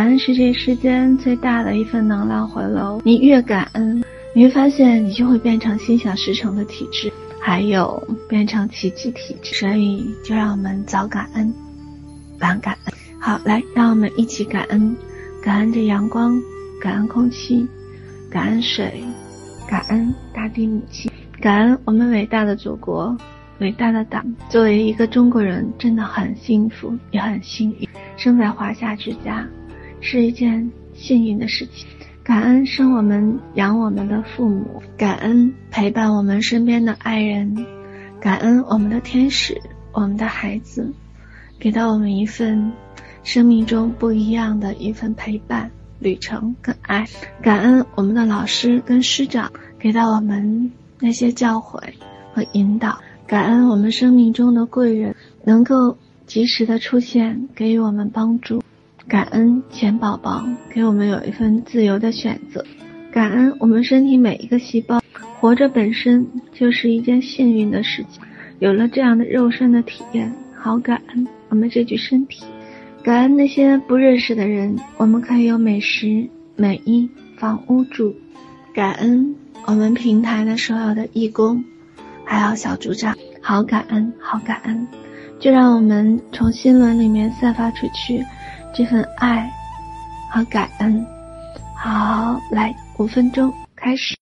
恩是这世间最大的一份能量回流，你越感恩，你会发现你就会变成心想事成的体质，还有变成奇迹体质。所以就让我们早感恩，晚感恩。好，来，让我们一起感恩，感恩这阳光，感恩空气，感恩水，感恩大地母亲，感恩我们伟大的祖国，伟大的党。作为一个中国人，真的很幸福，也很幸运，生在华夏之家是一件幸运的事情。感恩生我们养我们的父母，感恩陪伴我们身边的爱人，感恩我们的天使，我们的孩子，给到我们一份生命中不一样的一份陪伴旅程跟爱。感恩我们的老师跟师长，给到我们那些教诲和引导。感恩我们生命中的贵人能够及时的出现，给予我们帮助。感恩钱宝宝给我们有一份自由的选择。感恩我们身体每一个细胞，活着本身就是一件幸运的事情，有了这样的肉身的体验，好感恩我们这具身体。感恩那些不认识的人，我们可以有美食、美衣、房屋住。感恩我们平台的所有的义工，还有小组长，好感恩，好感恩。就让我们从心轮里面散发出去这份爱和感恩。好，来，5分钟开始。